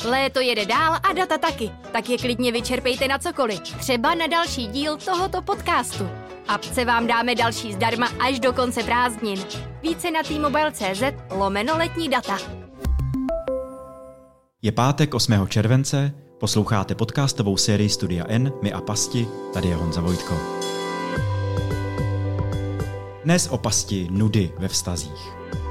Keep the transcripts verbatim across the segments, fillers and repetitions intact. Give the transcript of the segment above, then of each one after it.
Léto jede dál a data taky, tak je klidně vyčerpejte na cokoliv. Třeba na další díl tohoto podcastu. Apce vám dáme další zdarma až do konce prázdnin. Více na t-mobile tečka cz lomeno letní data. Je pátek osmého července, posloucháte podcastovou sérii Studia N, My a pasti, tady je Honza Vojtko. Dnes o pasti nudy ve vztazích.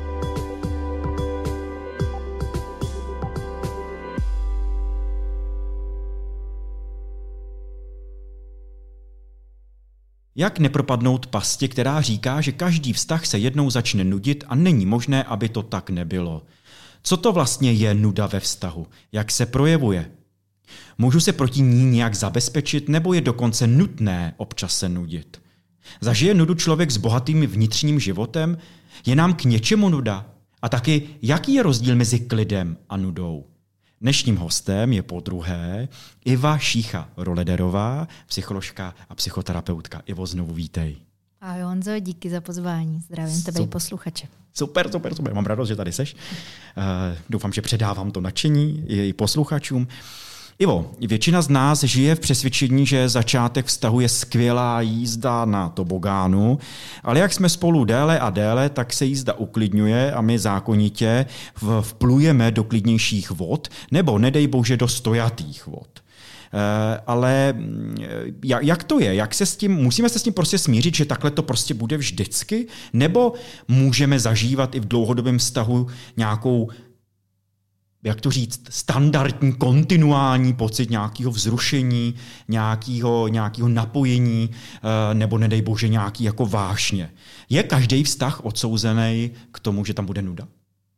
Jak nepropadnout pasti, která říká, že každý vztah se jednou začne nudit a není možné, aby to tak nebylo? Co to vlastně je nuda ve vztahu? Jak se projevuje? Můžu se proti ní nějak zabezpečit, nebo je dokonce nutné občas se nudit? Zažije nudu člověk s bohatým vnitřním životem? Je nám k něčemu nuda? A taky, jaký je rozdíl mezi klidem a nudou? Dnešním hostem je podruhé Iva Šícha-Rolederová, psycholožka a psychoterapeutka. Ivo, znovu vítej. Ahoj Honzo, díky za pozvání. Zdravím tebe i posluchače. Super, super, super. Mám radost, že tady seš. Uh, doufám, že předávám to nadšení i posluchačům. Ivo, většina z nás žije v přesvědčení, že začátek vztahu je skvělá jízda na tobogánu, ale jak jsme spolu déle a déle, tak se jízda uklidňuje a my zákonitě vplujeme do klidnějších vod, nebo nedej bože do stojatých vod. Ale jak to je? Jak se s tím, musíme se s tím prostě smířit, že takhle to prostě bude vždycky? Nebo můžeme zažívat i v dlouhodobém vztahu nějakou, jak to říct, standardní, kontinuální pocit nějakého vzrušení, nějakého, nějakého napojení, nebo nedej bože nějaký jako vášně? Je každý vztah odsouzený k tomu, že tam bude nuda?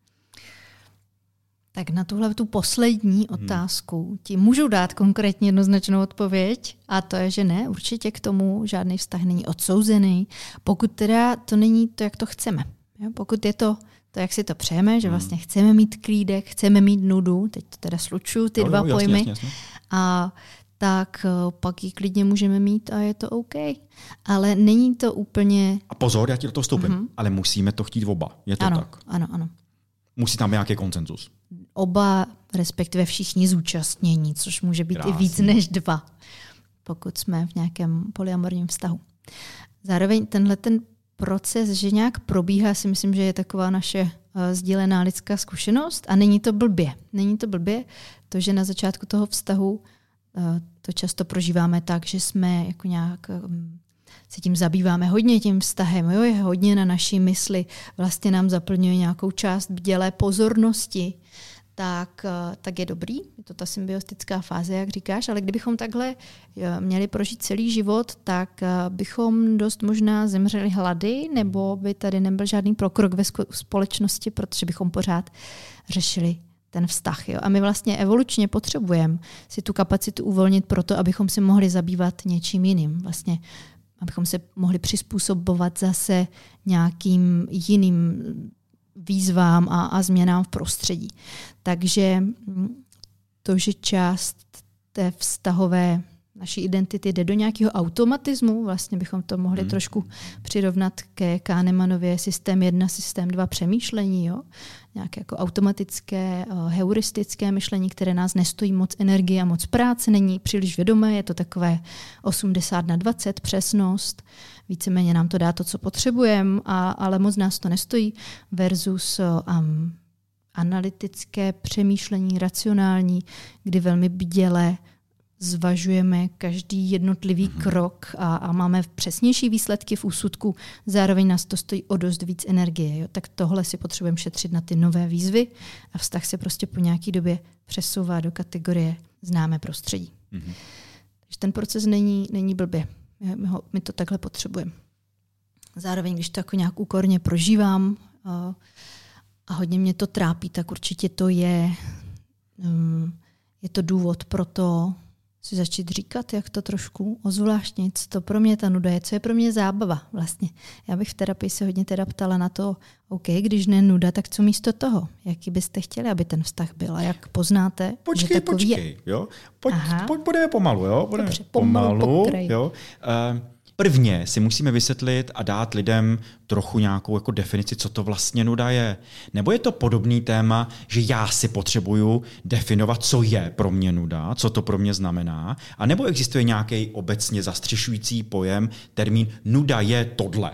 Tak na tuhle tu poslední otázku ti můžu dát konkrétně jednoznačnou odpověď a to je, že ne, určitě k tomu žádný vztah není odsouzený, pokud teda to není to, jak to chceme. Jo? Pokud je to to, jak si to přejeme, že vlastně chceme mít klídek, chceme mít nudu, teď to teda slučuju, ty jo, dva jo, jasně, pojmy, jasně, jasně. A tak pak ji klidně můžeme mít a je to OK. Ale není to úplně... A pozor, já ti do toho vstoupím, mm-hmm. ale musíme to chtít oba, je to ano, tak? Ano, ano. Musí tam nějaký konsenzus. Oba, respektive všichni zúčastnění, což může být Krásný. i víc než dva, pokud jsme v nějakém polyamorním vztahu. Zároveň tenhle ten proces, že nějak probíhá, si myslím, že je taková naše uh, sdílená lidská zkušenost a není to blbě. Není to blbě, to, že na začátku toho vztahu uh, to často prožíváme tak, že jsme jako nějak... Um, se tím zabýváme hodně tím vztahem, jo, je hodně na naší mysli, vlastně nám zaplňuje nějakou část bdělé pozornosti, tak, tak je dobrý, je to ta symbiotická fáze, jak říkáš, ale kdybychom takhle měli prožít celý život, tak bychom dost možná zemřeli hlady, nebo by tady nebyl žádný pokrok ve společnosti, protože bychom pořád řešili ten vztah. Jo? A my vlastně evolučně potřebujeme si tu kapacitu uvolnit proto, abychom si mohli zabývat něčím jiným. Vlastně abychom se mohli přizpůsobovat zase nějakým jiným výzvám a, a změnám v prostředí. Takže to, že část té vztahové naší identity jde do nějakého automatismu, vlastně bychom to mohli hmm. trošku přirovnat ke Kahnemanově systém jedna, systém dva přemýšlení, jo? Nějaké jako automatické, heuristické myšlení, které nás nestojí moc energie a moc práce, není příliš vědomé, je to takové osmdesát na dvacet přesnost, víceméně nám to dá to, co potřebujeme, ale moc nás to nestojí, versus um, analytické přemýšlení, racionální, kdy velmi bděle zvažujeme každý jednotlivý krok a, a máme přesnější výsledky v úsudku, zároveň nás to stojí o dost víc energie. Jo? Tak tohle si potřebujeme šetřit na ty nové výzvy a vztah se prostě po nějaký době přesouvá do kategorie známé prostředí. Mm-hmm. Takže ten proces není, není blbě. My, ho, my to takhle potřebujeme. Zároveň, když to jako nějak úkorně prožívám a, a hodně mě to trápí, tak určitě to je, um, je to důvod pro to, si začít říkat, jak to trošku ozvláštnit, co to pro mě ta nuda je, co je pro mě zábava vlastně. Já bych v terapii se hodně teda ptala na to, OK, když ne nuda, tak co místo toho? Jaký byste chtěli, aby ten vztah byl? A jak poznáte, počkej, že takový počkej, je? Jo? Pojď, pojď, budeme pomalu, jo? Budeme Dobře, pomalu, pomalu jo? Uh, Prvně si musíme vysvětlit a dát lidem trochu nějakou jako definici, co to vlastně nuda je. Nebo je to podobný téma, že já si potřebuju definovat, co je pro mě nuda, co to pro mě znamená, a nebo existuje nějaký obecně zastřešující pojem, termín nuda je tohle.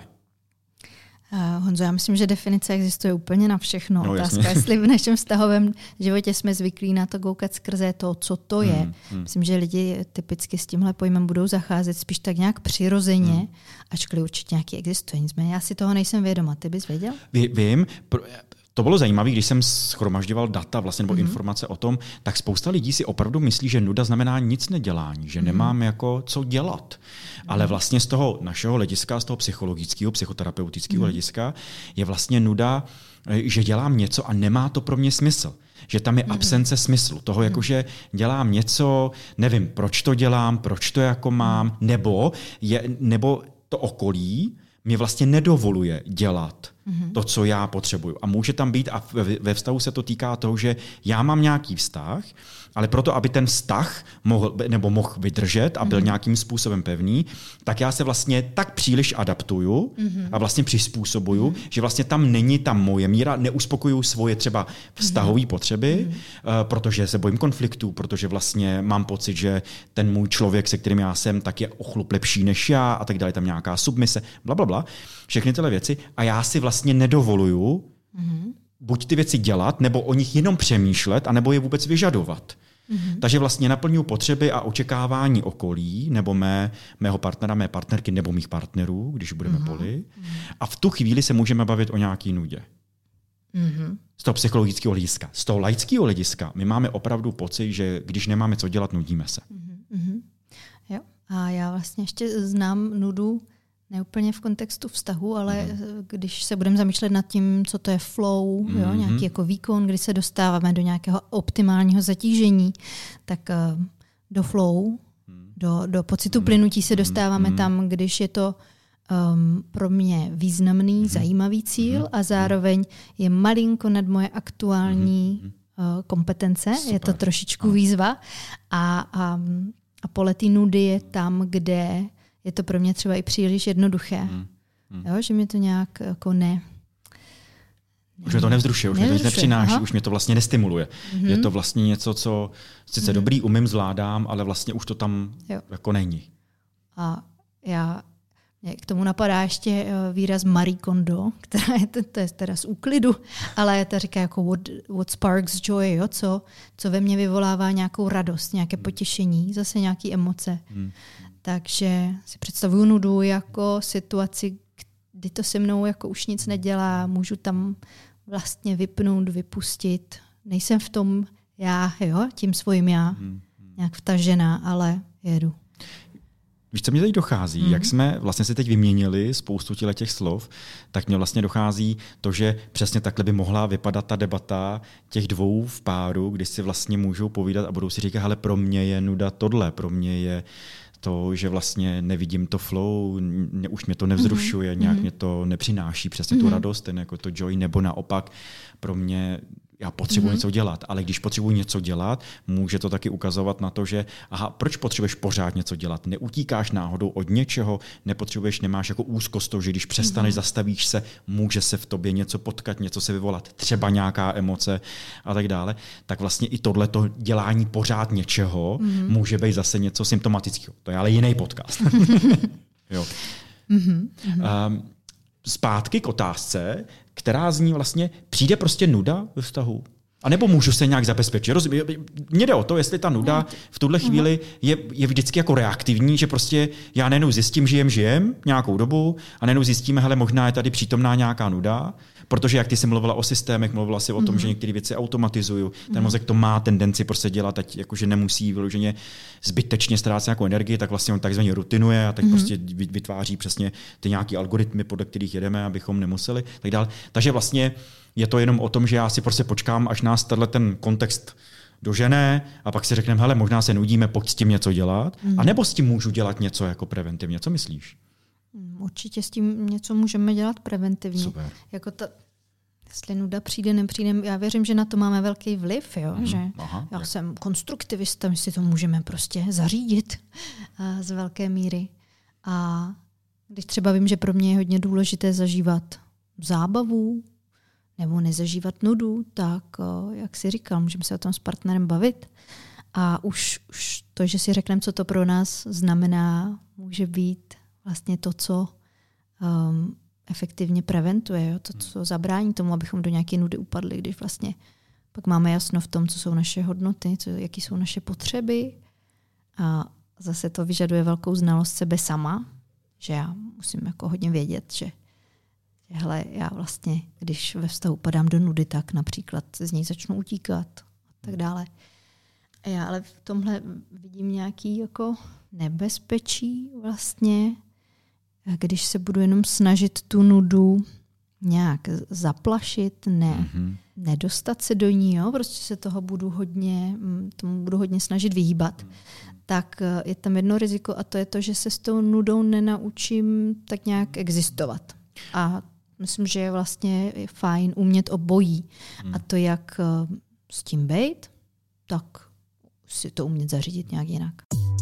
Uh, Honzo, já myslím, že definice existuje úplně na všechno. No, Otázka, jestli v našem vztahovém životě jsme zvyklí na to koukat skrze to, co to je. Hmm, hmm. Myslím, že lidi typicky s tímhle pojmem budou zacházet spíš tak nějak přirozeně, hmm. ačkoliv určitě nějaký existuje. Nicméně já si toho nejsem vědoma. Ty bys věděl? Ví, vím. Pro... To bylo zajímavé, když jsem shromažďoval data vlastně, nebo mm-hmm. informace o tom, tak spousta lidí si opravdu myslí, že nuda znamená nic nedělání, že mm-hmm. nemám jako co dělat. Mm-hmm. Ale vlastně z toho našeho hlediska, z toho psychologického, psychoterapeutického mm-hmm. hlediska je vlastně nuda, že dělám něco a nemá to pro mě smysl. Že tam je mm-hmm. absence smyslu. Toho, mm-hmm. jako, že dělám něco, nevím, proč to dělám, proč to jako mám, nebo, je, nebo to okolí mě vlastně nedovoluje dělat mm-hmm. to, co já potřebuju. A může tam být, a ve vztahu se to týká toho, že já mám nějaký vztah, ale proto, aby ten vztah mohl, nebo mohl vydržet a byl mm-hmm. nějakým způsobem pevný, tak já se vlastně tak příliš adaptuju mm-hmm. a vlastně přizpůsobuju, mm-hmm. že vlastně tam není ta moje míra, neuspokojuju svoje třeba vztahové mm-hmm. potřeby, mm-hmm. uh, protože se bojím konfliktů, protože vlastně mám pocit, že ten můj člověk, se kterým já jsem, tak je o chlup lepší než já a tak dále, tam nějaká submise, blablabla, všechny tyhle věci a já si vlastně nedovoluju mm-hmm. buď ty věci dělat, nebo o nich jenom přemýšlet, anebo je vůbec vyžadovat. Mm-hmm. Takže vlastně naplňuji potřeby a očekávání okolí, nebo mé, mého partnera, mé partnerky, nebo mých partnerů, když budeme mm-hmm. poli. A v tu chvíli se můžeme bavit o nějaký nudě. Mm-hmm. Z toho psychologického hlediska. Z toho laického hlediska my máme opravdu pocit, že když nemáme co dělat, nudíme se. Mm-hmm. Jo. A já vlastně ještě znám nudu ne úplně v kontextu vztahu, ale mm. když se budeme zamýšlet nad tím, co to je flow, mm. jo, nějaký jako výkon, kdy se dostáváme do nějakého optimálního zatížení, tak uh, do flow, mm. do, do pocitu mm. plynutí se dostáváme mm. tam, když je to um, pro mě významný, mm. zajímavý cíl mm. a zároveň je malinko nad moje aktuální mm. uh, kompetence. Super. Je to trošičku výzva. A, a, a pole té nudy je tam, kde je to pro mě třeba i příliš jednoduché. Hmm. Hmm. Jo, že mě to nějak jako ne... Už mě to nevzrušuje, už mě to nic nepřináší, Aha. už mě to vlastně nestimuluje. Hmm. Je to vlastně něco, co sice hmm. dobrý, umím, zvládám, ale vlastně už to tam jo. jako není. A já... K tomu napadá ještě výraz Marie Kondo, která je, to je teda z úklidu, ale ta říká jako what, what sparks joy, jo? Co, co ve mně vyvolává nějakou radost, nějaké potěšení, zase nějaké emoce. Hmm. Takže si představuju nudu jako situaci, kdy to se mnou jako už nic nedělá, můžu tam vlastně vypnout, vypustit. Nejsem v tom já, jo, tím svým já, hmm. nějak vtažená, ale jedu. Víš, co mě teď dochází? Mm. Jak jsme vlastně si teď vyměnili spoustu těch slov, tak mě vlastně dochází to, že přesně takhle by mohla vypadat ta debata těch dvou v páru, kdy si vlastně můžou povídat a budou si říkat, hele, pro mě je nuda tohle, pro mě je to, že vlastně nevidím to flow, ne, už mě to nevzrušuje, mm. nějak mm. mě to nepřináší přesně mm. tu radost, ten jako to joy, nebo naopak pro mě já potřebuji mm-hmm. něco dělat, ale když potřebuji něco dělat, může to taky ukazovat na to, že aha, proč potřebuješ pořád něco dělat? Neutíkáš náhodou od něčeho, nepotřebuješ, nemáš jako úzkost toho, že když přestaneš, mm-hmm. zastavíš se, může se v tobě něco potkat, něco se vyvolat, třeba nějaká emoce a tak dále. Tak vlastně i tohleto dělání pořád něčeho mm-hmm. může být zase něco symptomatického. To je ale jiný podcast. jo. Mm-hmm. Um, zpátky k otázce, která zní vlastně, přijde prostě nuda ve vztahu? A nebo můžu se nějak zabezpečit? Mně jde o to, jestli ta nuda v tuhle chvíli je, je vždycky jako reaktivní, že prostě já najednou zjistím, žijem, žijem nějakou dobu a najednou zjistíme, hele, možná je tady přítomná nějaká nuda, protože jak ty jsi mluvila o systémech, mluvila si o tom, mm-hmm. že některé věci automatizuju. Ten mm-hmm. mozek to má tendenci prostě dělat, ať jakože nemusí vyloženě zbytečně ztrácet nějakou energii, tak vlastně on takzvaně rutinuje a tak mm-hmm. prostě vytváří přesně ty nějaký algoritmy, podle kterých jedeme, abychom nemuseli, tak dále. Takže vlastně je to jenom o tom, že já si prostě počkám, až nás tenhle ten kontext dožené a pak si řekneme, hele, možná se nudíme, pojď s tím něco dělat, mm-hmm. a nebo s tím můžu dělat něco jako preventivně. Co myslíš? Určitě s tím něco můžeme dělat preventivně. Super. Jako ta, jestli nuda přijde, nepřijde, já věřím, že na to máme velký vliv, jo? Mm-hmm. že Aha, já jak? jsem konstruktivista, my si to můžeme prostě zařídit z velké míry. A Když třeba vím, že pro mě je hodně důležité zažívat zábavu nebo nezažívat nudu, tak, jak si říkal, můžeme se o tom s partnerem bavit. A už, už to, že si řekneme, co to pro nás znamená, může být vlastně to, co um, efektivně preventuje, jo? To, co zabrání tomu, abychom do nějaké nudy upadli, když vlastně pak máme jasno v tom, co jsou naše hodnoty, co, jaký jsou naše potřeby. A zase to vyžaduje velkou znalost sebe sama, že já musím jako hodně vědět, že, že hele, já vlastně, když ve vztahu padám do nudy, tak například z něj začnu utíkat a tak dále. A já ale v tomhle vidím nějaký jako nebezpečí vlastně, když se budu jenom snažit tu nudu nějak zaplašit, ne, mm-hmm. nedostat se do ní, jo? Prostě se toho budu hodně, tomu budu hodně snažit vyhýbat, mm-hmm. tak je tam jedno riziko a to je to, že se s tou nudou nenaučím tak nějak existovat. A myslím, že je vlastně fajn umět obojí. Mm. A to jak s tím bejt, tak si to umět zařídit nějak jinak.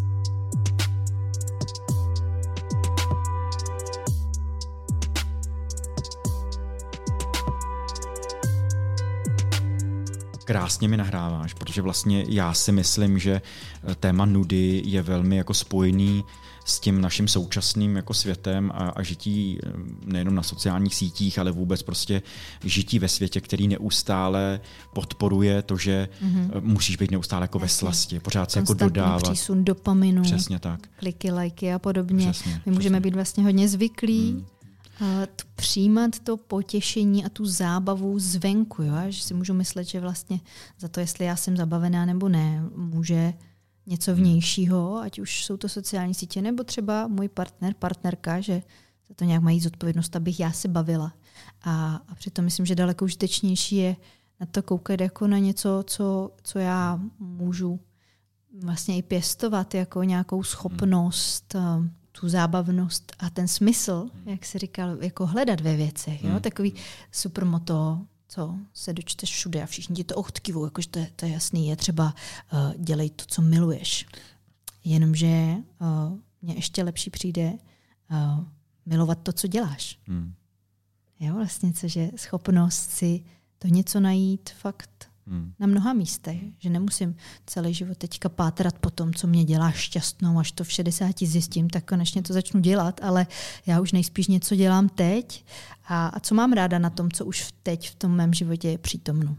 Krásně mi nahráváš, protože vlastně já si myslím, že téma nudy je velmi jako spojený s tím naším současným jako světem a, a žití nejenom na sociálních sítích, ale vůbec prostě žití ve světě, který neustále podporuje to, že mm-hmm. musíš být neustále jako ve slasti, pořád se jako dodávat. Přísun dopaminu, přesně tak. kliky, lajky a podobně. Přesně, My přesně. můžeme být vlastně hodně zvyklí mm. přijímat to potěšení a tu zábavu zvenku, jo? Že si můžu myslet, že vlastně za to, jestli já jsem zabavená nebo ne, může něco vnějšího, ať už jsou to sociální sítě, nebo třeba můj partner, partnerka, že za to nějak mají zodpovědnost, abych já se bavila. A, a přitom myslím, že daleko užitečnější je na to koukat jako na něco, co, co já můžu vlastně i pěstovat jako nějakou schopnost, tu zábavnost a ten smysl, jak jsi říkal, jako hledat ve věcech. Jo? Takový supermoto, co se dočteš všude a všichni ti to odkyvou, jakože to je, to je jasný, je třeba uh, dělej to, co miluješ. Jenomže uh, mně ještě lepší přijde uh, milovat to, co děláš. Hmm. Jo, vlastně, což je schopnost si to něco najít fakt hmm. na mnoha místech. Že nemusím celý život teďka pátrat po tom, co mě dělá šťastnou, až to v šedesáti zjistím, tak konečně to začnu dělat, ale já už nejspíš něco dělám teď a, a co mám ráda na tom, co už teď v tom mém životě je přítomno.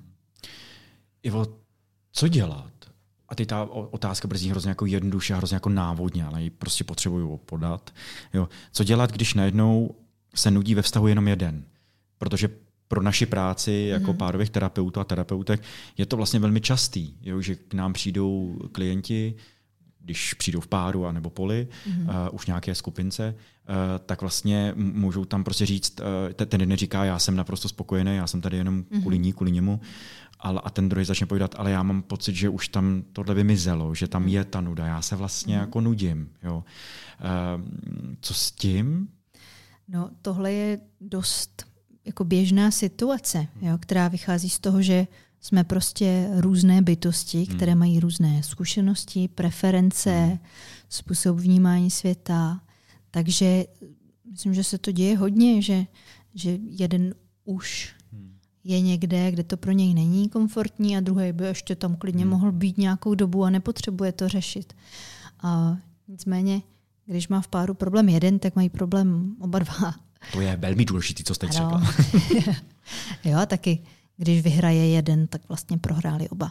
Ivo, co dělat? A teď ta otázka brzy hrozně jako jednoduše, hrozně jako návodně, ale ji prostě potřebuju podat. Jo. Co dělat, když najednou se nudí ve vztahu jenom jeden? Protože pro naši práci jako mm. párových terapeutů a terapeutek je to vlastně velmi častý, jo, že k nám přijdou klienti, když přijdou v páru a nebo poli, mm. uh, už nějaké skupince, uh, tak vlastně můžou tam prostě říct, uh, ten jeden říká, já jsem naprosto spokojený, já jsem tady jenom kvůli ní, kvůli němu, ale, a ten druhý začne povídat, ale já mám pocit, že už tam tohle vymizelo, že tam je ta nuda, já se vlastně mm. jako nudím. Jo. Uh, co s tím? No, tohle je dost jako běžná situace, jo, která vychází z toho, že jsme prostě různé bytosti, které hmm. mají různé zkušenosti, preference, hmm. způsob vnímání světa. Takže myslím, že se to děje hodně, že, že jeden už hmm. je někde, kde to pro něj není komfortní a druhý by ještě tam klidně hmm. mohl být nějakou dobu a nepotřebuje to řešit. A nicméně, když má v páru problém jeden, tak mají problém oba dva. To je velmi důležitý, co jste řekla. Jo, taky když vyhraje jeden, tak vlastně prohráli oba.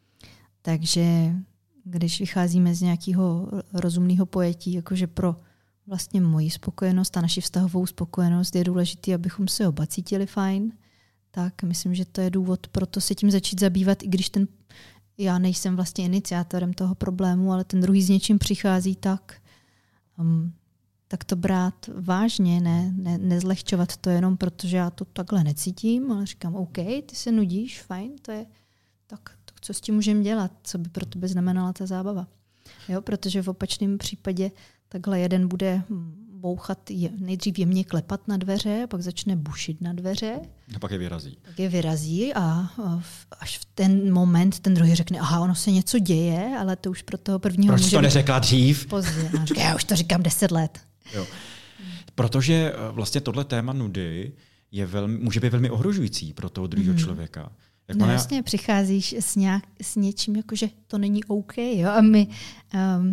Takže když vycházíme z nějakého rozumného pojetí, jakože pro vlastně moji spokojenost a naši vztahovou spokojenost je důležité, abychom se oba cítili fajn, tak myslím, že to je důvod pro to se tím začít zabývat, i když ten já nejsem vlastně iniciátorem toho problému, ale ten druhý s něčím přichází, tak um, tak to brát vážně, ne, ne, nezlehčovat to jenom protože já to takhle necítím, ale říkám, OK, ty se nudíš, fajn, to je, tak, tak co s tím můžeme dělat, co by pro tebe znamenala ta zábava. Jo, protože v opačném případě takhle jeden bude bouchat, je, nejdřív jemně klepat na dveře, pak začne bušit na dveře. A pak je vyrazí. Pak je vyrazí a, a v, až v ten moment ten druhý řekne, aha, ono se něco děje, ale to už pro toho prvního Proč může to neřekla dřív? Pozdě. A říká, já už to říkám deset let. Jo. Protože vlastně tohle téma nudy je velmi, může být velmi ohrožující pro toho druhého mm. člověka. Jak no jasně, já... přicházíš s, nějak, s něčím, jakože to není OK, jo? A my um,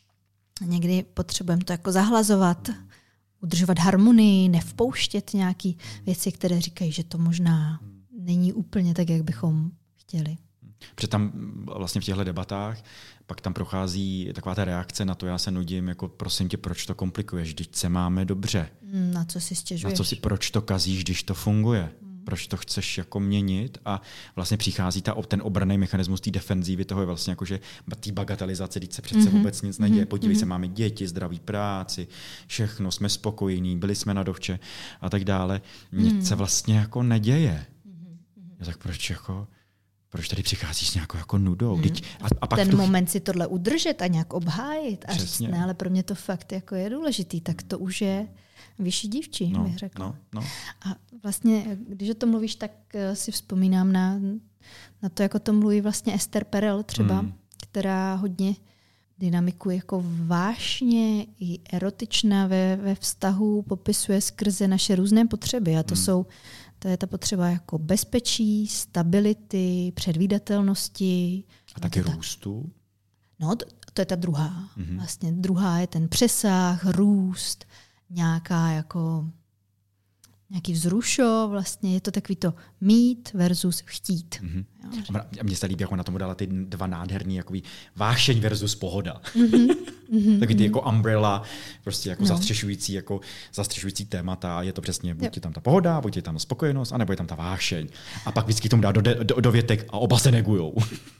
někdy potřebujeme to jako zahlazovat, udržovat harmonii, nevpouštět nějaké věci, které říkají, že to možná není úplně tak, jak bychom chtěli. Protože tam vlastně v těchto debatách pak tam prochází taková ta reakce na to, já se nudím, jako prosím tě, proč to komplikuješ, vždyť se máme dobře. Na co si stěžuješ? Na co si, proč to kazíš, když to funguje? Proč to chceš jako měnit? A vlastně přichází ta, ten obranný mechanismus té defenzívy, toho je vlastně jako, že té bagatelizace, když se přece mm-hmm. vůbec nic neděje. Podívej mm-hmm. se, máme děti, zdraví práci, všechno, jsme spokojení, byli jsme na dovče a tak dále. Nic mm. se vlastně jako neděje. Mm-hmm. Tak proč jako... Proč tady přicházíš s nějakou jako nudou? Hmm. A, a pak ten tu... moment si tohle udržet a nějak obhájit a říct, ne, ale pro mě to fakt jako je důležitý, tak to už je vyšší dívčí, no, bych řekla. No, no. A vlastně, když o tom mluvíš, tak si vzpomínám na, na to, jako to mluví vlastně Esther Perel třeba, hmm. která hodně dynamiku jako vášně i erotičná ve, ve vztahu popisuje skrze naše různé potřeby. A to hmm. jsou To je ta potřeba jako bezpečí, stability, předvídatelnosti. A taky růstu? No, to, to je ta druhá. Mm-hmm. Vlastně druhá je ten přesah, růst, nějaká jako nějaký vzrušo, vlastně je to takový to mít versus chtít. Mm-hmm. Jo, a mně se líbí, jako na tomu dala ty dva nádherný jakoby vášeň versus pohoda. Mm-hmm. Taky ty jako umbrella, prostě jako no. zastřešující, jako zastřešující témata. Je to přesně, buď je tam ta pohoda, buď je tam spokojenost, anebo je tam ta vášeň. A pak vždycky tomu dá do, do, do větek a oba se negujou.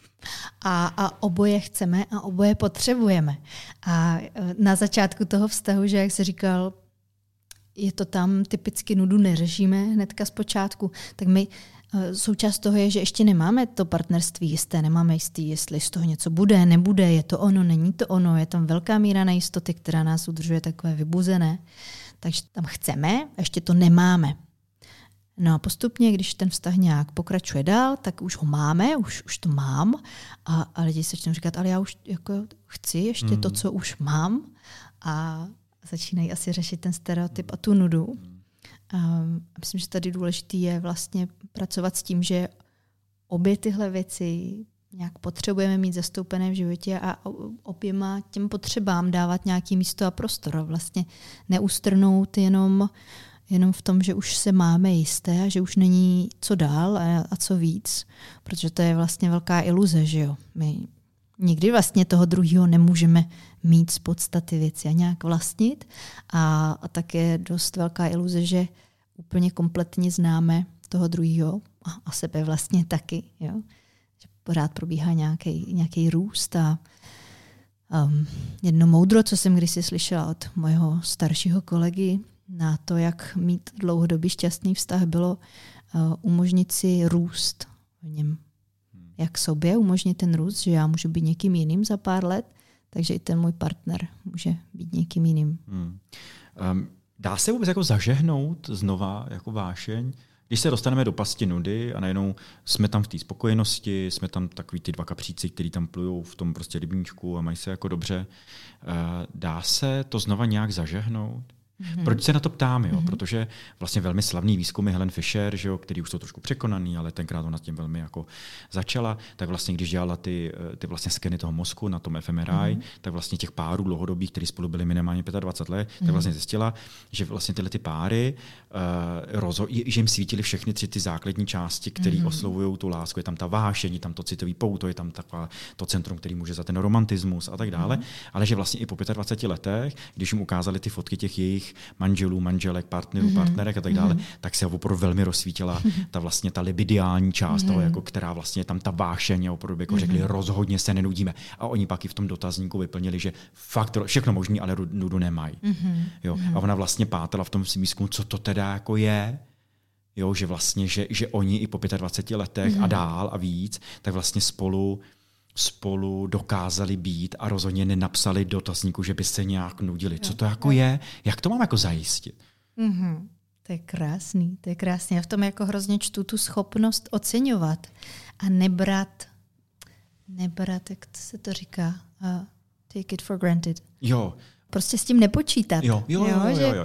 A, a oboje chceme a oboje potřebujeme. A na začátku toho vztahu, že jak jsi říkal, je to tam, typicky nudu neřešíme hnedka zpočátku, tak my součást toho je, že ještě nemáme to partnerství jisté, nemáme jistý, jestli z toho něco bude, nebude, je to ono, není to ono, je tam velká míra nejistoty, která nás udržuje takové vybuzené. Takže tam chceme, ještě to nemáme. No a postupně, když ten vztah nějak pokračuje dál, tak už ho máme, už, už to mám a, a lidi se začnou říkat, ale já už jako chci ještě mm. to, co už mám a začínají asi řešit ten stereotyp a tu nudu. Um, myslím, že tady důležitý je vlastně pracovat s tím, že obě tyhle věci nějak potřebujeme mít zastoupené v životě a oběma těm potřebám dávat nějaký místo a prostor. A vlastně neustrnout jenom, jenom v tom, že už se máme jisté a že už není co dál a, a co víc, protože to je vlastně velká iluze, že jo. My nikdy vlastně toho druhého nemůžeme mít z podstaty věci a nějak vlastnit. A, a tak je dost velká iluze, že úplně kompletně známe toho druhého a, a sebe vlastně taky. Jo? Že pořád probíhá nějaký, nějaký růst. A um, jedno moudro, co jsem kdysi slyšela od mého staršího kolegy na to, jak mít dlouhodobý šťastný vztah, bylo uh, umožnit si růst v něm. Jak sobě umožnit ten růst, že já můžu být někým jiným za pár let, takže i ten můj partner může být někým jiným. Hmm. Um, dá se vůbec jako zažehnout znova jako vášeň, když se dostaneme do pasti nudy a najednou jsme tam v té spokojenosti, jsme tam takový ty dva kapříci, kteří tam plujou v tom prostě rybníčku a mají se jako dobře. Uh, dá se to znova nějak zažehnout? Mm-hmm. Proč se na to ptám? Jo? Mm-hmm. Protože vlastně velmi slavný výzkumy Helen Fisher, že jo, který už jsou trošku překonaný, ale tenkrát ona tím velmi jako začala, tak vlastně když dělala ty, ty vlastně skeny toho mozku na tom F M R I, mm-hmm. tak vlastně těch párů dlouhodobých, kteří spolu byli minimálně dvacet pět let, mm-hmm. tak vlastně zjistila, že vlastně tyhle ty páry, uh, rozho- že jim svítily všechny tři ty základní části, které mm-hmm. oslovují tu lásku. Je tam ta vášeň, je tam to citový pouto, je tam taková to centrum, který může za ten romantismus a tak dále, mm-hmm. ale že vlastně i po dvaceti pěti letech, když jim ukázali ty fotky těch jejich manželů, manželek, partnerů, mm-hmm. partnerek a tak dále, mm-hmm. tak se opravdu velmi rozsvítila ta vlastně ta libidiální část mm-hmm. toho, jako, která vlastně je tam ta vášeň, opravdu jako mm-hmm. řekli, rozhodně se nenudíme. A oni pak i v tom dotazníku vyplnili, že fakt všechno možný, ale nudu nemají. Mm-hmm. Jo? A ona vlastně pátala v tom výzkumu, co to teda jako je. Jo, že vlastně, že, že oni i po dvaceti pěti letech mm-hmm. a dál a víc, tak vlastně spolu spolu dokázali být a rozhodně nenapsali dotazníku, že by se nějak nudili. Co to jako je? Jak to mám jako zajistit? Mm-hmm. To je krásný, to je krásný. Já v tom jako hrozně čtu tu schopnost oceňovat a nebrat, nebrat, jak se to říká, uh, take it for granted. Jo. Prostě s tím nepočítat. Jo, jo, jo, jo, jo, jo.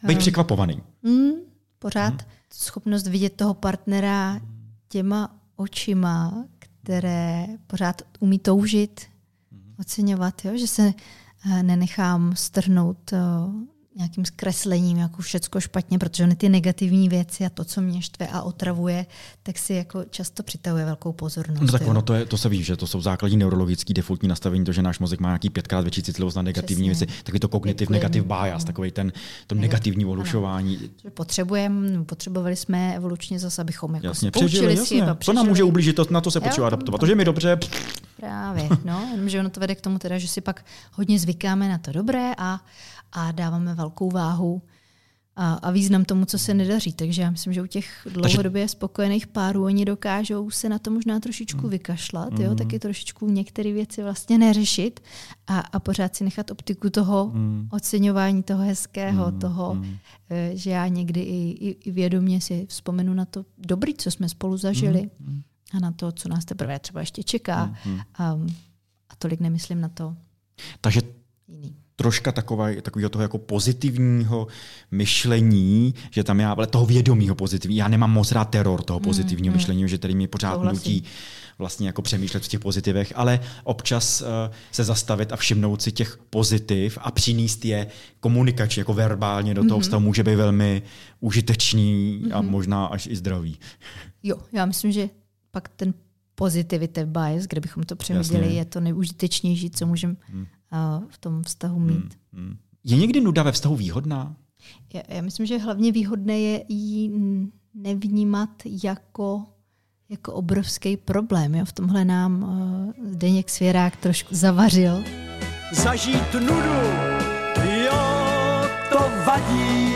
Být překvapovaný. Mm, pořád. Mm. Schopnost vidět toho partnera těma očima, které pořád umí toužit, mm. oceňovat, jo? Že se nenechám strhnout nějakým zkreslením, jako všecko špatně, protože ony ty negativní věci a to, co mě štve a otravuje, tak si jako často přitahuje velkou pozornost. No tak ono to, je, to se ví, že to jsou základní neurologický defaultní nastavení, to, že náš mozek má nějaký pětkrát větší citlivost na negativní Přesně. věci, takový to kognitiv negativ bias, takový ten to negativní ohlušování. Potřebujeme, potřebovali jsme evolučně zase, abychom jako jasně, přežili, jasně. To nám může ublížit, to, na to se potřeba adaptovat. To, že mi dobře. Právě, no, jenomže ono to vede k tomu teda, že si pak hodně zvykáme na to dobré a a dáváme velkou váhu a, a význam tomu, co se nedaří. Takže já myslím, že u těch dlouhodobě spokojených párů oni dokážou se na to možná trošičku vykašlat, jo? Taky trošičku některé věci vlastně neřešit a, a pořád si nechat optiku toho mm. oceňování, toho hezkého, mm. toho, mm. že já někdy i, i, i vědomě si vzpomenu na to dobrý, co jsme spolu zažili mm. a na to, co nás teprve třeba ještě čeká. Mm. A, a tolik nemyslím na to Takže jiný. Troška takového toho jako pozitivního myšlení, že tam já, ale toho vědomího pozitivního, já nemám moc rád teror toho pozitivního mm, myšlení, mm. že tady mě pořád Souhlasím. nutí vlastně jako přemýšlet v těch pozitivech, ale občas uh, se zastavit a všimnout si těch pozitiv a přinést je komunikačně, jako verbálně do toho mm-hmm. vztahu může být velmi užitečný mm-hmm. a možná až i zdravý. Jo, já myslím, že pak ten positivity bias, kde bychom to přehodili, je to nejužitečnější, co můžeme mm. v tom vztahu mít. Mm, mm. Je někdy nuda ve vztahu výhodná? Já, já myslím, že hlavně výhodné je ji nevnímat jako, jako obrovský problém. Jo? V tomhle nám uh, Zdeněk Svěrák trošku zavařil. Zažít nudu, jo, to vadí.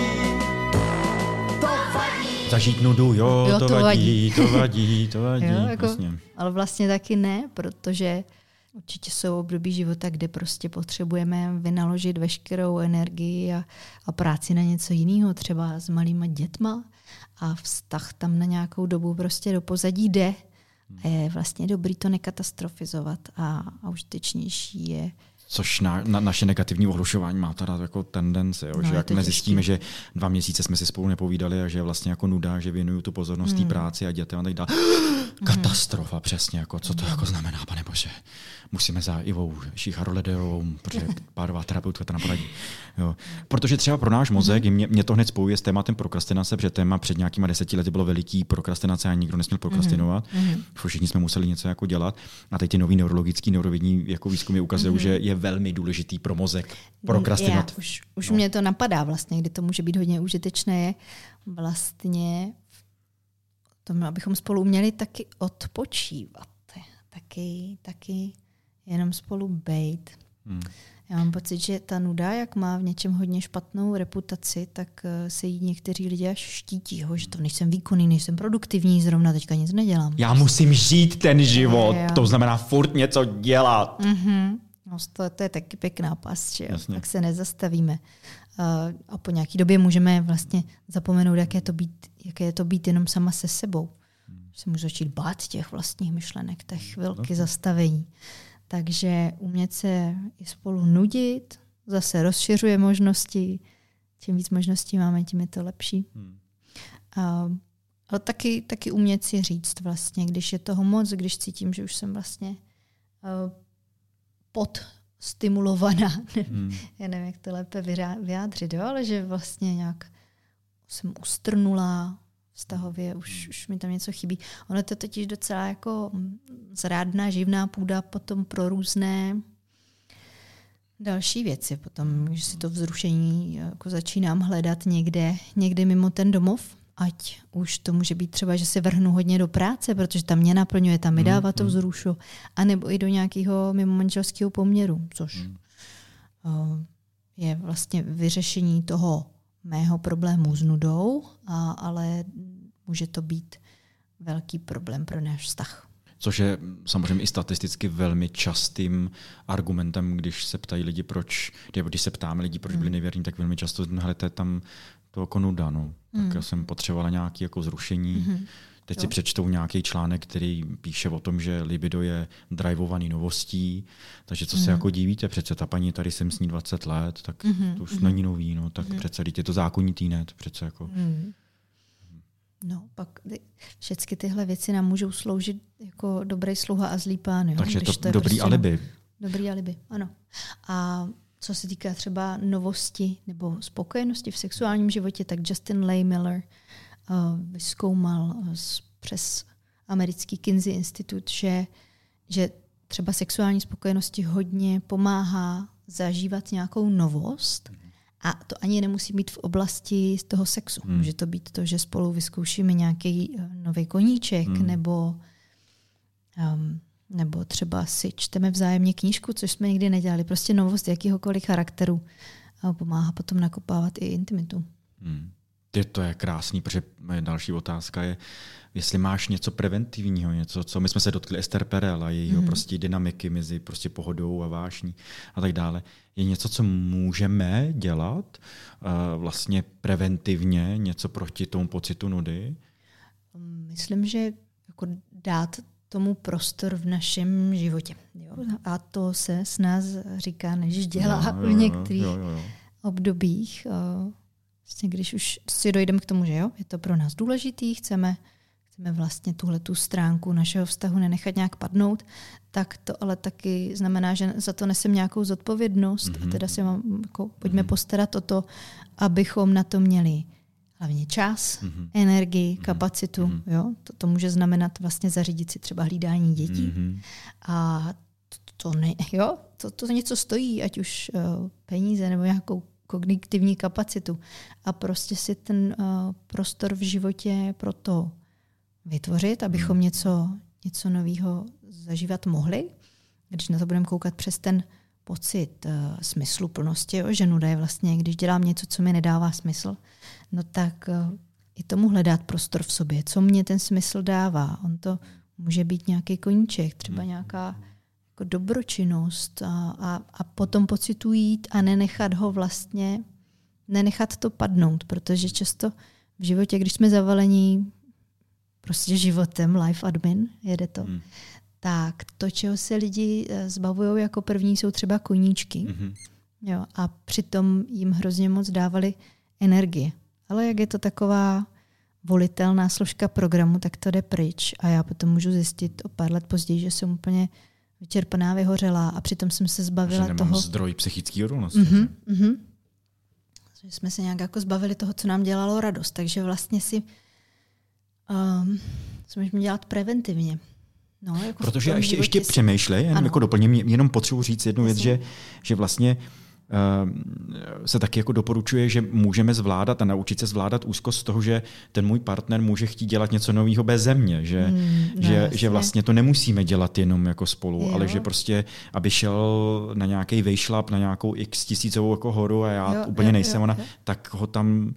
To vadí. Zažít nudu, jo, jo to, to vadí, vadí, to vadí, to vadí. Jo, jako, vlastně. Ale vlastně taky ne, protože určitě jsou období života, kde prostě potřebujeme vynaložit veškerou energii a, a práci na něco jiného, třeba s malýma dětma a vztah tam na nějakou dobu prostě do pozadí jde. A je vlastně dobrý to nekatastrofizovat a, a užitečnější je. Což na, na, naše negativní ohlušování má teda jako tendenci, jo, no, že jak nezjistíme, že dva měsíce jsme si spolu nepovídali a že je vlastně jako nuda, že věnuju tu pozornost té hmm. práci a dětem a tak dále. Katastrofa, přesně, jako, co to hmm. jako znamená, pane bože. Musíme za Ivou Šícharoledovou, protože párová terapeutka to napadí. Jo. Protože třeba pro náš mozek, mm-hmm. mě, mě to hned spojuje s tématem prokrastinace, protože téma před nějakýma deseti lety bylo veliký prokrastinace a nikdo nesměl prokrastinovat. Mm-hmm. Všichni jsme museli něco jako dělat. A teď ty nový neurologický, neurovědní jako výzkumy ukazují, mm-hmm. že je velmi důležitý pro mozek prokrastinovat. Já, už už no. mě to napadá vlastně, kdy to může být hodně užitečné, je vlastně tomu, abychom spolu uměli taky odpočívat. Taky, taky jenom spolu bejt. Hmm. Já mám pocit, že ta nuda, jak má v něčem hodně špatnou reputaci, tak se jí někteří lidé až štítí, ho, že to nejsem výkonný, nejsem produktivní, zrovna teďka nic nedělám. Já musím žít ten život, je, to znamená furt něco dělat. Mm-hmm. No, to, to je taky pěkná past, že tak se nezastavíme. A po nějaký době můžeme vlastně zapomenout, jak je to být, jak je to být jenom sama se sebou. Se můžu začít bát těch vlastních myšlenek, těch chvilky no. zastavení. Takže umět se i spolu nudit, zase rozšiřuje možnosti. Čím víc možností máme, tím je to lepší. Hmm. A, ale taky, taky umět si říct vlastně, když je toho moc, když cítím, že už jsem vlastně uh, podstimulovaná. Hmm. Já nevím, jak to lépe vyjádřit, jo? Ale že vlastně nějak jsem ustrnula, vztahově, už, už mi tam něco chybí. Ono to totiž docela jako zrádná, živná půda potom pro různé další věci. Potom, že si to vzrušení jako začínám hledat někde, někde mimo ten domov, ať už to může být třeba, že se vrhnu hodně do práce, protože tam mě naplňuje, tam mi dává to vzrušu, anebo i do nějakého mimo manželského poměru, což je vlastně vyřešení toho mého problému s nudou, a, ale může to být velký problém pro náš vztah. Což je samozřejmě i statisticky velmi častým argumentem, když se ptají lidi, proč, nebo když se ptáme lidi, proč byli nevěrní, tak velmi často, hele, to je tam to jako nuda, no. Tak mm. já jsem potřebovala nějaké jako zrušení, mm-hmm. teď jo. si přečtou nějaký článek, který píše o tom, že libido je drivovaný novostí, takže co mm. se jako divíte, přece ta paní tady jsem s ní dvacet let, tak mm-hmm. to už mm-hmm. není nový, no, tak mm-hmm. přece je to zákonitý, ne, to přece jako... Mm. No, pak všechny tyhle věci nám můžou sloužit jako dobrý sluha a zlý pán. Jo? Takže Když to, to je dobrý prostě, alibi. Dobrý alibi, ano. A co se týká třeba novosti nebo spokojenosti v sexuálním životě, tak Justin Lay Miller uh, vyzkoumal uh, přes americký Kinsey Institute, že, že třeba sexuální spokojenosti hodně pomáhá zažívat nějakou novost. A to ani nemusí být v oblasti z toho sexu. Hmm. Může to být to, že spolu vyzkoušíme nějaký nový koníček, hmm. nebo, um, nebo třeba si čteme vzájemně knížku, což jsme nikdy nedělali. Prostě novost jakýhokoliv charakteru a pomáhá potom nakopávat i intimitu. Hmm. To je krásný, protože moje další otázka je, jestli máš něco preventivního, něco, co my jsme se dotkli Esther Perel a jejího mm-hmm. prostě dynamiky mezi prostě pohodou a vášní a tak dále. Je něco, co můžeme dělat uh, vlastně preventivně, něco proti tomu pocitu nudy? Myslím, že jako dát tomu prostor v našem životě. Jo? A to se s nás říká, než dělá jo, jo, v některých jo, jo, jo. obdobích. Uh, Vlastně, když už si dojdeme k tomu, že jo, je to pro nás důležitý, chceme, chceme vlastně tuhletu stránku našeho vztahu nenechat nějak padnout, tak to ale taky znamená, že za to nesem nějakou zodpovědnost mm-hmm. a teda se mám, jako, pojďme mm-hmm. postarat o to, abychom na to měli hlavně čas, mm-hmm. energii, kapacitu. Mm-hmm. Jo? To, to může znamenat vlastně zařídit si třeba hlídání dětí. Mm-hmm. A to, to, ne, jo? To, to něco stojí, ať už uh, peníze nebo nějakou kognitivní kapacitu. A prostě si ten uh, prostor v životě pro to vytvořit, abychom mm. něco, něco nového zažívat mohli. Když na to budeme koukat přes ten pocit uh, smysluplnosti, jo, že nuda je vlastně, když dělám něco, co mi nedává smysl, no tak uh, i tomu hledat prostor v sobě. Co mě ten smysl dává? On to může být nějaký koníček, třeba nějaká jako dobročinnost a, a, a potom pocitu jít a nenechat ho vlastně, nenechat to padnout, protože často v životě, když jsme zavalení prostě životem, life admin, jede to, hmm. tak to, čeho se lidi zbavují jako první, jsou třeba koníčky. Mm-hmm. Jo, a přitom jim hrozně moc dávali energie. Ale jak je to taková volitelná složka programu, tak to jde pryč a já potom můžu zjistit o pár let později, že jsem úplně vyčerpaná, vyhořela a přitom jsem se zbavila že nemám toho... zdroj psychické odolnosti. Mm-hmm, mm-hmm. Že jsme se nějak jako zbavili toho, co nám dělalo radost. Takže vlastně si um, co můžeme dělat preventivně. No, jako protože ještě, ještě si... přemýšlej, jenom jako doplním, jenom potřebuji říct jednu věc, že, že vlastně uh, se taky jako doporučuje, že můžeme zvládat a naučit se zvládat úzkost z toho, že ten můj partner může chtít dělat něco nového bez mě, že, mm, no, že, že vlastně to nemusíme dělat jenom jako spolu, jo. ale že prostě, aby šel na nějaký vejšlap, na nějakou x tisícovou jako horu a já jo, úplně jo, nejsem jo, ona, jo. tak ho tam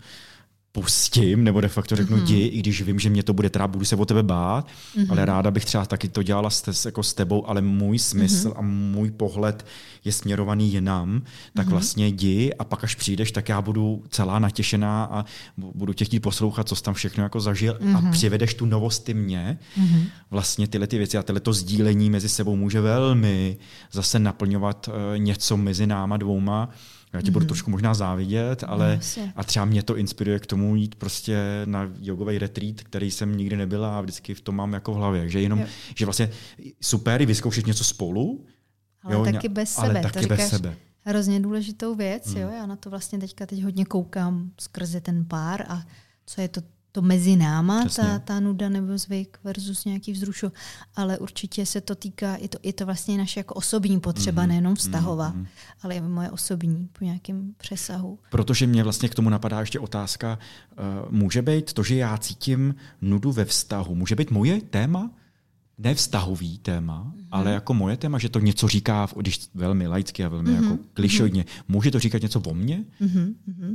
pustím, nebo de facto řeknu, mm-hmm. jdi, i když vím, že mě to bude trápit, budu se o tebe bát, mm-hmm. ale ráda bych třeba taky to dělala s, jako s tebou, ale můj smysl mm-hmm. a můj pohled je směrovaný jinam, tak mm-hmm. vlastně jdi a pak až přijdeš, tak já budu celá natěšená a budu tě chtít poslouchat, co jsi tam všechno jako zažil mm-hmm. a přivedeš tu novost ty mě. Mm-hmm. Vlastně tyhle ty věci a tyhle to sdílení mezi sebou může velmi zase naplňovat uh, něco mezi náma dvouma. Já tě budu mm. trošku možná závidět, ale no, a třeba mě to inspiruje k tomu jít prostě na jogový retreat, který jsem nikdy nebyla a vždycky v tom mám jako v hlavě. Že jenom, jo. že vlastně super vyzkoušet něco spolu, ale jo, taky bez sebe. Ale taky to bez sebe. Hrozně důležitou věc. Mm. Jo? Já na to vlastně teďka teď hodně koukám skrze ten pár a co je to to mezi náma, ta, ta nuda nebo zvyk versus nějaký vzrušo. Ale určitě se to týká, je to, je to vlastně naše jako osobní potřeba, mm-hmm. nejenom vztahová, mm-hmm. ale i moje osobní po nějakém přesahu. Protože mě vlastně k tomu napadá ještě otázka, uh, může být to, že já cítím nudu ve vztahu, může být moje téma? Ne vztahový téma, mm-hmm. ale jako moje téma, že to něco říká, když velmi laicky a velmi mm-hmm. jako klišodně, může to říkat něco o mně? Mm-hmm.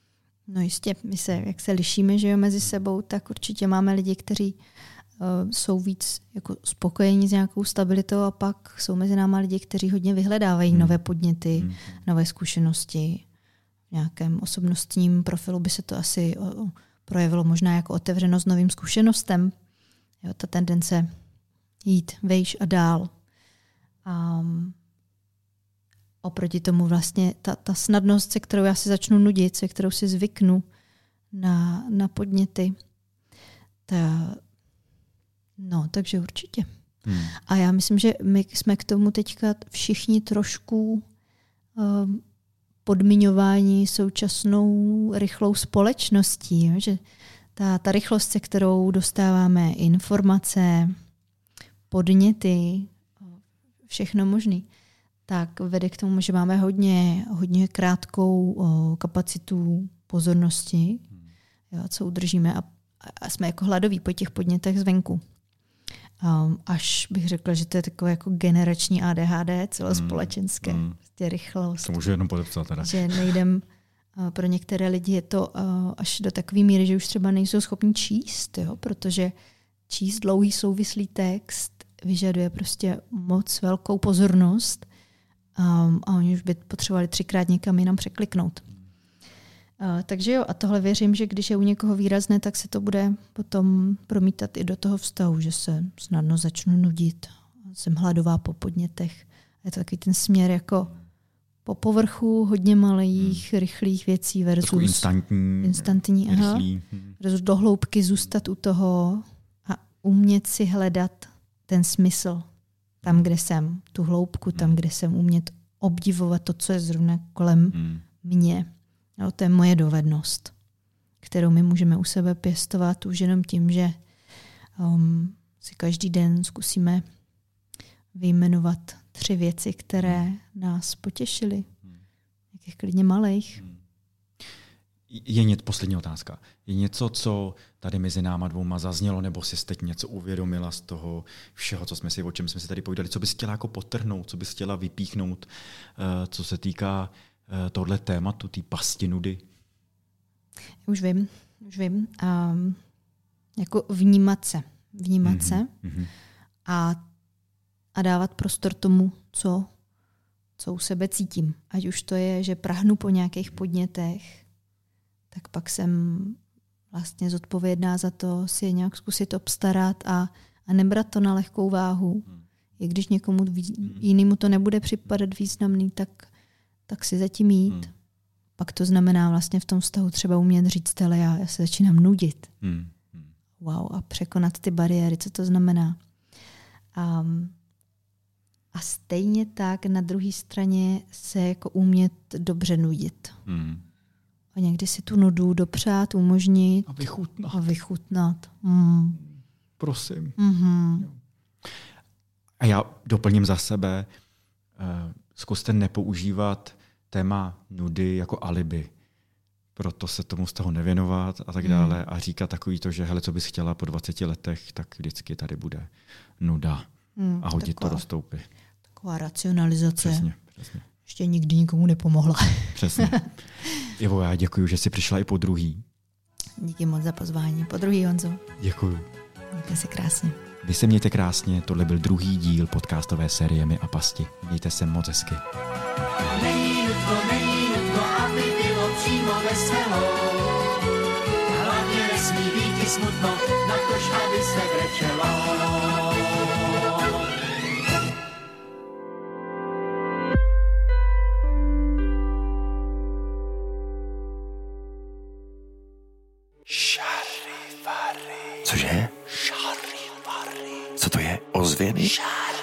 No jistě, my se, jak se lišíme, že jo, mezi sebou, tak určitě máme lidi, kteří uh, jsou víc jako spokojení s nějakou stabilitou a pak jsou mezi náma lidi, kteří hodně vyhledávají hmm. nové podněty, hmm. nové zkušenosti. V nějakém osobnostním profilu by se to asi uh, projevilo možná jako otevřenost novým zkušenostem. Jo, ta tendence jít vejš a dál. A oproti tomu vlastně ta, ta snadnost, se kterou já si začnu nudit, se kterou si zvyknu na, na podněty, ta, no, takže určitě. Hmm. A já myslím, že my jsme k tomu teďka všichni trošku um, podmiňováni současnou rychlou společností. Jo? Že ta, ta rychlost, se kterou dostáváme informace, podněty, všechno možný, tak vede k tomu, že máme hodně, hodně krátkou o, kapacitu pozornosti, jo, co udržíme a, a jsme jako hladoví po těch podnětech zvenku. Um, až bych řekla, že to je takové jako generační A D H D celospolečenské. Mm, mm. Prostě rychlost. To můžu jenom podepsat teda. Že nejdem, uh, pro některé lidi je to uh, až do takové míry, že už třeba nejsou schopni číst, jo? Protože číst dlouhý souvislý text vyžaduje prostě moc velkou pozornost um, a oni už by potřebovali třikrát někam jinam překliknout. Uh, takže jo, a tohle věřím, že když je u někoho výrazné, tak se to bude potom promítat i do toho vztahu, že se snadno začnu nudit. Jsem hladová po podnětech. Je to takový ten směr jako po povrchu hodně malých, hmm. rychlých věcí versus instantní, instantní aha, hmm. versus do hloubky zůstat u toho a umět si hledat ten smysl tam, kde jsem, tu hloubku, tam, kde jsem, umět obdivovat to, co je zrovna kolem hmm. mě. No, to je moje dovednost, kterou my můžeme u sebe pěstovat už jenom tím, že um, si každý den zkusíme vyjmenovat tři věci, které nás potěšily. Nějakých klidně malých. Je něco, poslední otázka. Je něco, co tady mezi náma dvouma zaznělo, nebo jsi teď něco uvědomila z toho všeho, co jsme si, o čem jsme si tady povídali, co bys chtěla jako podtrhnout, co bys chtěla vypíchnout, uh, co se týká tohle tématu, té pasti nudy? Už vím, už vím. Um, jako vnímat se. Vnímat mm-hmm. se mm-hmm. A, a dávat prostor tomu, co, co u sebe cítím. Ať už to je, že prahnu po nějakých podnětech, tak pak jsem vlastně zodpovědná za to si je nějak zkusit obstarat a, a nebrat to na lehkou váhu. Mm. I když někomu mm. jinému to nebude připadat významný, tak tak si zatím jít. Hmm. Pak to znamená vlastně v tom vztahu třeba umět říct, ale já, já se začínám nudit. Hmm. Hmm. Wow, a překonat ty bariéry, co to znamená. Um, a stejně tak na druhé straně se jako umět dobře nudit. Hmm. A někdy si tu nudu dopřát, umožnit. A vychutnat. A vychutnat. Hmm. Prosím. Mm-hmm. A já doplním za sebe, uh, zkuste nepoužívat téma nudy jako alibi. Proto se tomu z toho nevěnovat a tak dále. Hmm. A říkat takový to, že hele, co bys chtěla po dvaceti letech, tak vždycky tady bude nuda. Hmm, a hodit taková, to do stoupy. Taková racionalizace. Přesně, přesně. Ještě nikdy nikomu nepomohla. Přesně. Ivo, já děkuji, že jsi přišla i po druhý. Díky moc za pozvání. Po druhý, Honzo. Děkuji. Mějte se krásně. Vy se mějte krásně, tohle byl druhý díl podcastové série My a pasti. Mějte se moc hezky. Není nutno, není nutno, aby bylo přímo veselo. Hlavně nesmí být i smutno, natož aby se brečelo. Šarivary. Cože? Šarivary. Co to je? Ozvěny? Šarivary.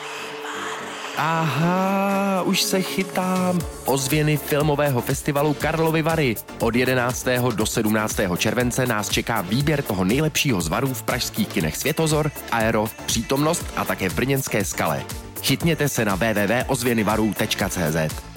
Aha, už se chytám. Ozvěny filmového festivalu Karlovy Vary. Od jedenáctého do sedmnáctého července nás čeká výběr toho nejlepšího z varů v pražských kinech Světozor, Aero, Přítomnost a také v brněnské Skale. Chytněte se na w w w tečka ozvěnyvarů tečka cé zet.